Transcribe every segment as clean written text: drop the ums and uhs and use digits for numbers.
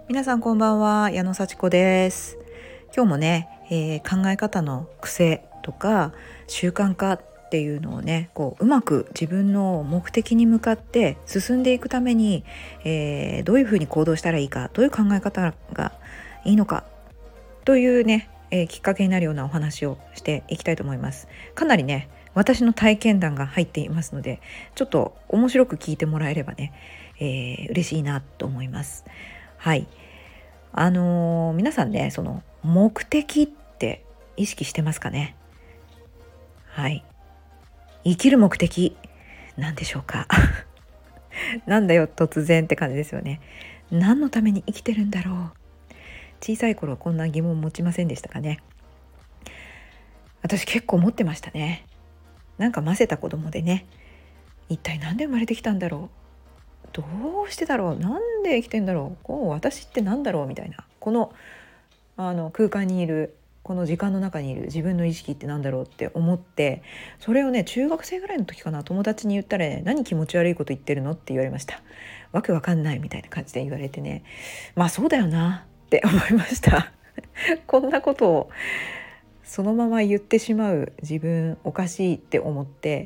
皆さんこんばんは、矢野幸子です。今日もね、考え方の癖とか習慣化っていうのをね、うまく自分の目的に向かって進んでいくために、どういうふうに行動したらいいか、どういう考え方がいいのかというね、きっかけになるようなお話をしていきたいと思います。かなりね、私の体験談が入っていますので、ちょっと面白く聞いてもらえればね、嬉しいなと思います。はい。皆さんね、その目的って意識してますかね。はい。生きる目的なんでしょうか。なんだよ突然って感じですよね。何のために生きてるんだろう。小さい頃こんな疑問を持ちませんでしたかね。私結構持ってましたね。なんかませた子供でね、一体なんで生まれてきたんだろう。どうしてだろう。なんで生きてんだろう。私ってなんだろうみたいな。この空間にいる、この時間の中にいる自分の意識ってなんだろうって思って、それをね、中学生ぐらいの時かな、友達に言ったらね、何気持ち悪いこと言ってるのって言われました。わけわかんないみたいな感じで言われてね、まあそうだよなって思いましたこんなことをそのまま言ってしまう自分おかしいって思って、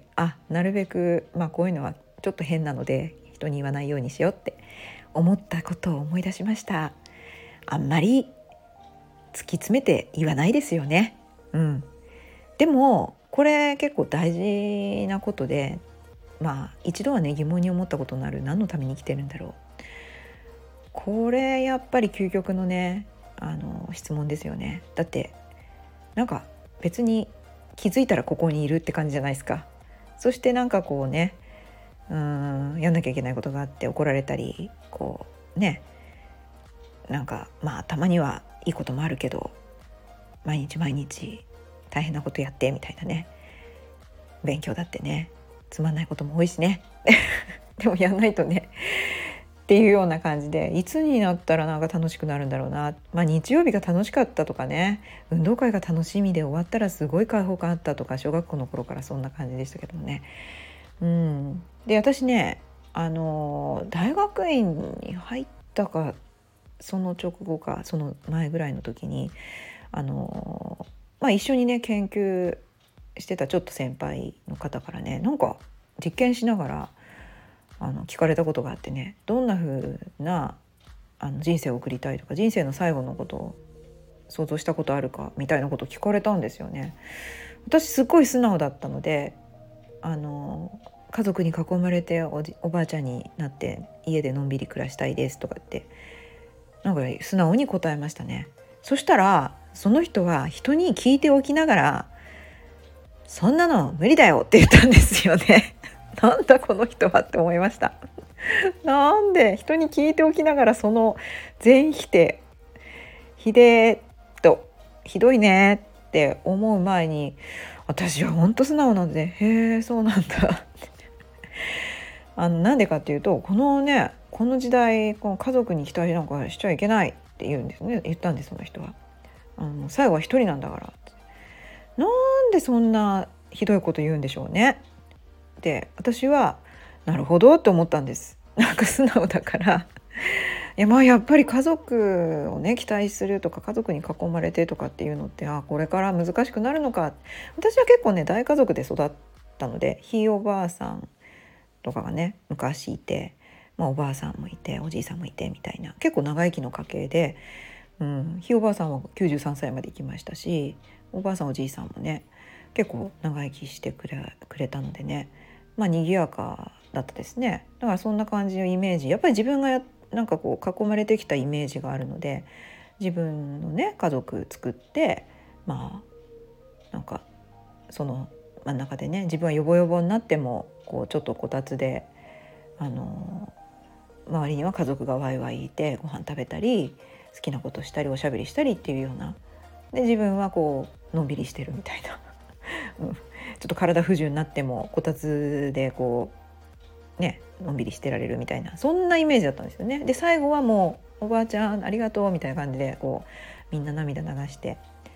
なるべくこういうのはちょっと変なので人に言わないようにしようって思ったことを思い出しました。あんまり突き詰めて言わないですよね。でもこれ結構大事なことで、一度はね、疑問に思ったことになる。何のために生きてるんだろう。これやっぱり究極のね、質問ですよね。だってなんか別に気づいたらここにいるって感じじゃないですか。そしてやんなきゃいけないことがあって怒られたり、たまにはいいこともあるけど、毎日毎日大変なことやってみたいなね。勉強だってね、つまんないことも多いしねでもやんないとねっていうような感じで、いつになったら楽しくなるんだろうな。日曜日が楽しかったとかね、運動会が楽しみで終わったらすごい開放感あったとか、小学校の頃からそんな感じでしたけどもね。で、私ね、大学院に入ったかその直後かその前ぐらいの時に一緒にね研究してたちょっと先輩の方からね、実験しながら聞かれたことがあってね、どんな風な人生を送りたいとか、人生の最後のことを想像したことあるかみたいなことを聞かれたんですよね。私すっごい素直だったので、家族に囲まれておばあちゃんになって家でのんびり暮らしたいですとかって素直に答えましたね。そしたらその人は人に聞いておきながら、そんなの無理だよって言ったんですよねなんだこの人はって思いました。なんで人に聞いておきながらその全否定、ひでーとひどいねって思う前に、私は本当素直なので、へえそうなんだなんでかっていうと、この時代この家族に期待なんかしちゃいけないって言ったんです、その人は。最後は一人なんだからって。なんでそんなひどいこと言うんでしょうね。で、私はなるほどって思ったんです。素直だからやっぱり家族をね期待するとか、家族に囲まれてとかっていうのって、これから難しくなるのか。私は結構ね大家族で育ったので、ひいおばあさんとかがね昔いて、おばあさんもいておじいさんもいてみたいな、結構長生きの家系で、ひいおばあさんは93歳まで生きましたし、おばあさんおじいさんもね結構長生きしてくれたのでね、賑やかだったですね。だからそんな感じのイメージ、やっぱり自分が囲まれてきたイメージがあるので、自分のね家族作って、その真ん中でね、自分はヨボヨボになってもちょっとこたつで周りには家族がワイワイいてご飯食べたり好きなことしたりおしゃべりしたりっていうようなで、自分はのんびりしてるみたいなちょっと体不自由になってもこたつでのんびりしてられるみたいな、そんなイメージだったんですよね。で、最後はもうおばあちゃんありがとうみたいな感じでみんな涙流して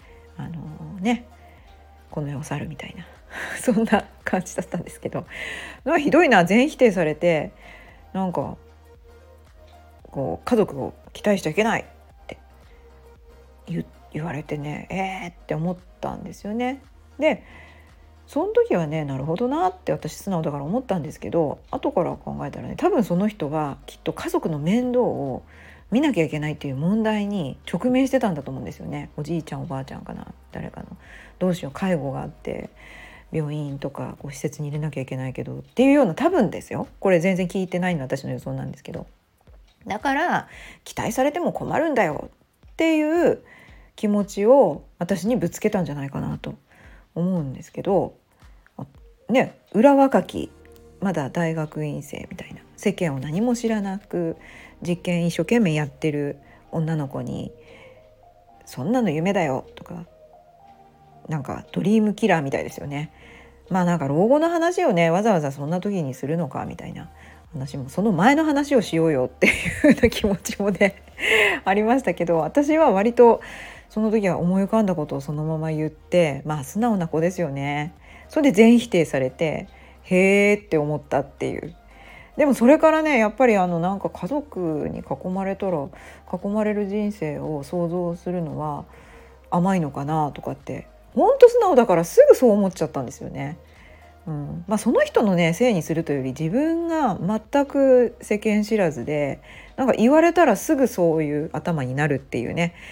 この世を去るみたいなそんな感じだったんですけど、ひどいな、全否定されて、家族を期待しちゃいけないって言われてね、って思ったんですよね。でその時はね、なるほどなって私素直だから思ったんですけど、後から考えたらね、多分その人はきっと家族の面倒を見なきゃいけないっていう問題に直面してたんだと思うんですよね。おじいちゃんおばあちゃんかな、誰かのどうしよう介護があって病院とか施設に入れなきゃいけないけどっていうような、多分ですよ、これ全然聞いてないのは私の予想なんですけど、だから期待されても困るんだよっていう気持ちを私にぶつけたんじゃないかなと思うんですけど、ね、裏若きまだ大学院生みたいな、世間を何も知らなく実験一生懸命やってる女の子にそんなの夢だよとか、なんかドリームキラーみたいですよね。なんか老後の話をねわざわざそんな時にするのかみたいな話も、その前の話をしようよっていう風な気持ちもねありましたけど、私は割とその時は思い浮かんだことをそのまま言って、素直な子ですよね。それで全否定されてへーって思ったっていう。でもそれからね、やっぱりなんか家族に囲まれたら囲まれる人生を想像するのは甘いのかなとかって、ほんと素直だからすぐそう思っちゃったんですよね。その人のねせいにするというより、自分が全く世間知らずでなんか言われたらすぐそういう頭になるっていうね。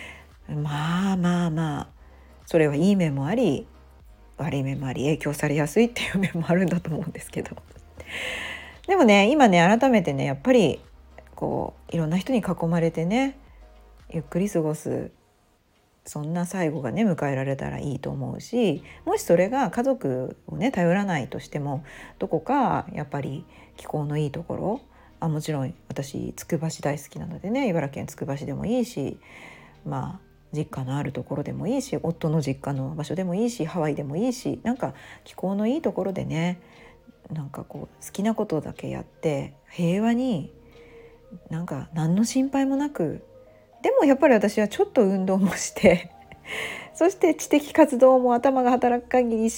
それはいい面もあり悪い面もあり、影響されやすいっていう面もあるんだと思うんですけど、でもね今ね改めてね、やっぱりこういろんな人に囲まれてねゆっくり過ごす、そんな最後がね迎えられたらいいと思うし、もしそれが家族をね頼らないとしても、どこかやっぱり気候のいいところ、もちろん私つくば市大好きなのでね、茨城県つくば市でもいいし、実家のあるところでもいいし、夫の実家の場所でもいいし、ハワイでもいいし、なんか気候のいいところでね、なんかこう好きなことだけやって平和に、なんか何の心配もなく、でもやっぱり私はちょっと運動もしてそして知的活動も頭が働く限りして、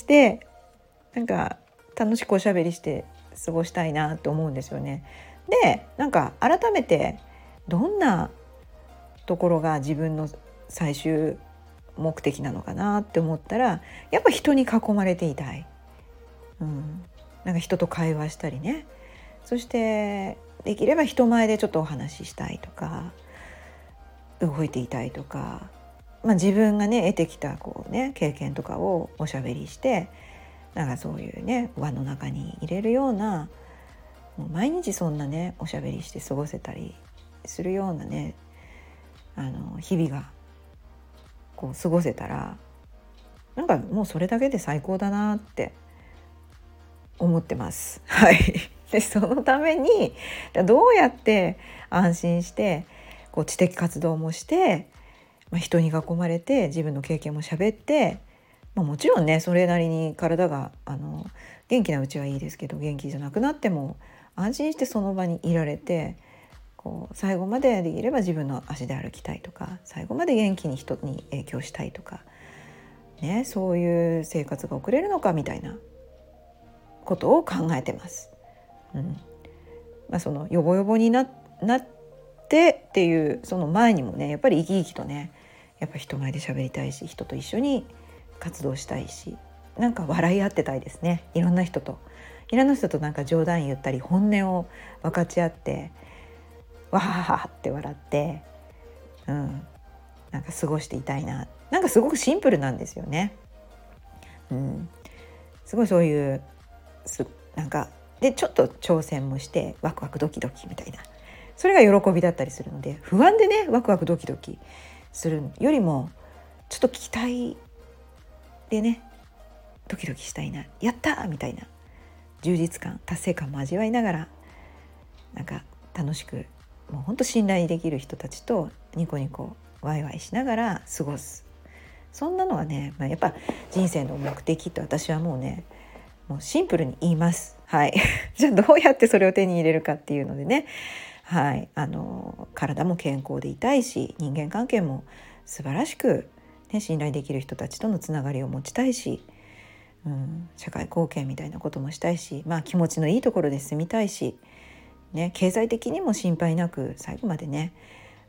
なんか楽しくおしゃべりして過ごしたいなと思うんですよね。でなんか改めてどんなところが自分の最終目的なのかなって思ったら、やっぱ人に囲まれていたい、なんか人と会話したりね、そしてできれば人前でちょっとお話ししたいとか、動いていたいとか、自分がね得てきたこうね経験とかをおしゃべりして、なんかそういうね輪の中に入れるような、もう毎日そんなねおしゃべりして過ごせたりするようなね日々がこう過ごせたら、なんかもうそれだけで最高だなって思ってます。はい。でそのためにどうやって安心してこう知的活動もして、人に囲まれて自分の経験も喋って、もちろんねそれなりに体が元気なうちはいいですけど、元気じゃなくなっても安心してその場にいられて、こう最後までできれば自分の足で歩きたいとか、最後まで元気に人に影響したいとか、ね、そういう生活が送れるのかみたいなことを考えてます。そのヨボヨボになってっていうその前にもね、やっぱり生き生きとね、やっぱ人前で喋りたいし、人と一緒に活動したいし、なんか笑い合ってたいですね。いろんな人となんか冗談言ったり本音を分かち合って、わはははって笑って、なんか過ごしていたいな。なんかすごくシンプルなんですよね。すごいそういうなんかでちょっと挑戦もしてワクワクドキドキみたいな、それが喜びだったりするので、不安でねワクワクドキドキするよりもちょっと期待でねドキドキしたいな、やったーみたいな充実感達成感も味わいながら、なんか楽しく、もう本当信頼できる人たちとニコニコワイワイしながら過ごす、そんなのがね、やっぱ人生の目的と私はもうシンプルに言います。はい。じゃあどうやってそれを手に入れるかっていうのでね、はい、体も健康でいたいし、人間関係も素晴らしく、ね、信頼できる人たちとのつながりを持ちたいし、社会貢献みたいなこともしたいし、気持ちのいいところで住みたいし、ね、経済的にも心配なく最後までね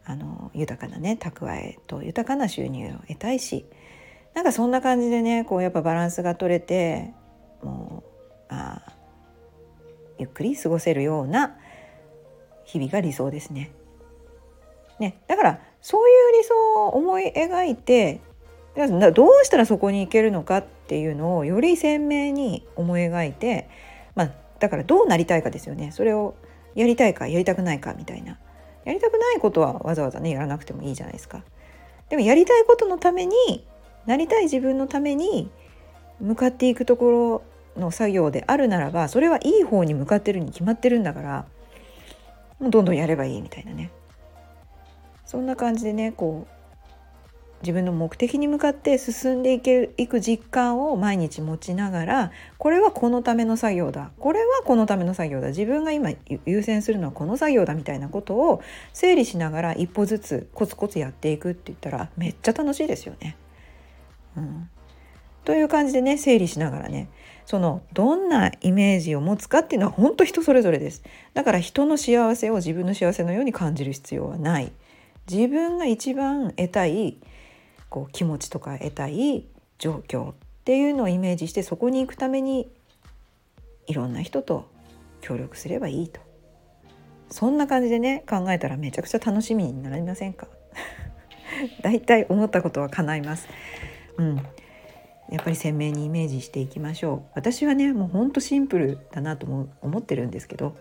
豊かなね蓄えと豊かな収入を得たいし、なんかそんな感じでねこうやっぱバランスが取れて、もうゆっくり過ごせるような日々が理想ですね。だからそういう理想を思い描いて、どうしたらそこに行けるのかっていうのをより鮮明に思い描いて、だからどうなりたいかですよね。それをやりたいかやりたくないかみたいな。やりたくないことはわざわざねやらなくてもいいじゃないですか。でもやりたいことのために、なりたい自分のために向かっていくところの作業であるならば、それはいい方に向かってるに決まってるんだから、もうどんどんやればいいみたいなね。そんな感じでねこう自分の目的に向かって進んでいく実感を毎日持ちながら、これはこのための作業だ、これはこのための作業だ、自分が今優先するのはこの作業だみたいなことを整理しながら一歩ずつコツコツやっていくって言ったらめっちゃ楽しいですよね。という感じでね整理しながらね、そのどんなイメージを持つかっていうのは本当人それぞれです。だから人の幸せを自分の幸せのように感じる必要はない。自分が一番得たい気持ちとか得たい状況っていうのをイメージして、そこに行くためにいろんな人と協力すればいいと。そんな感じでね考えたらめちゃくちゃ楽しみになりませんか？だいたい思ったことは叶います。やっぱり鮮明にイメージしていきましょう。私はねもうほんとシンプルだなと思ってるんですけど、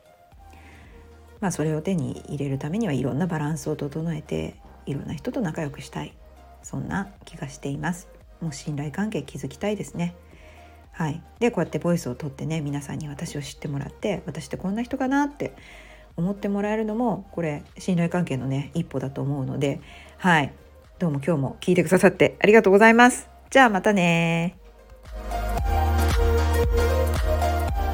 それを手に入れるためにはいろんなバランスを整えて、いろんな人と仲良くしたい、そんな気がしています。もう信頼関係築きたいですね。でこうやってボイスを取ってね皆さんに私を知ってもらって、私ってこんな人かなって思ってもらえるのもこれ信頼関係のね一歩だと思うので、どうも今日も聞いてくださってありがとうございます。じゃあまたね。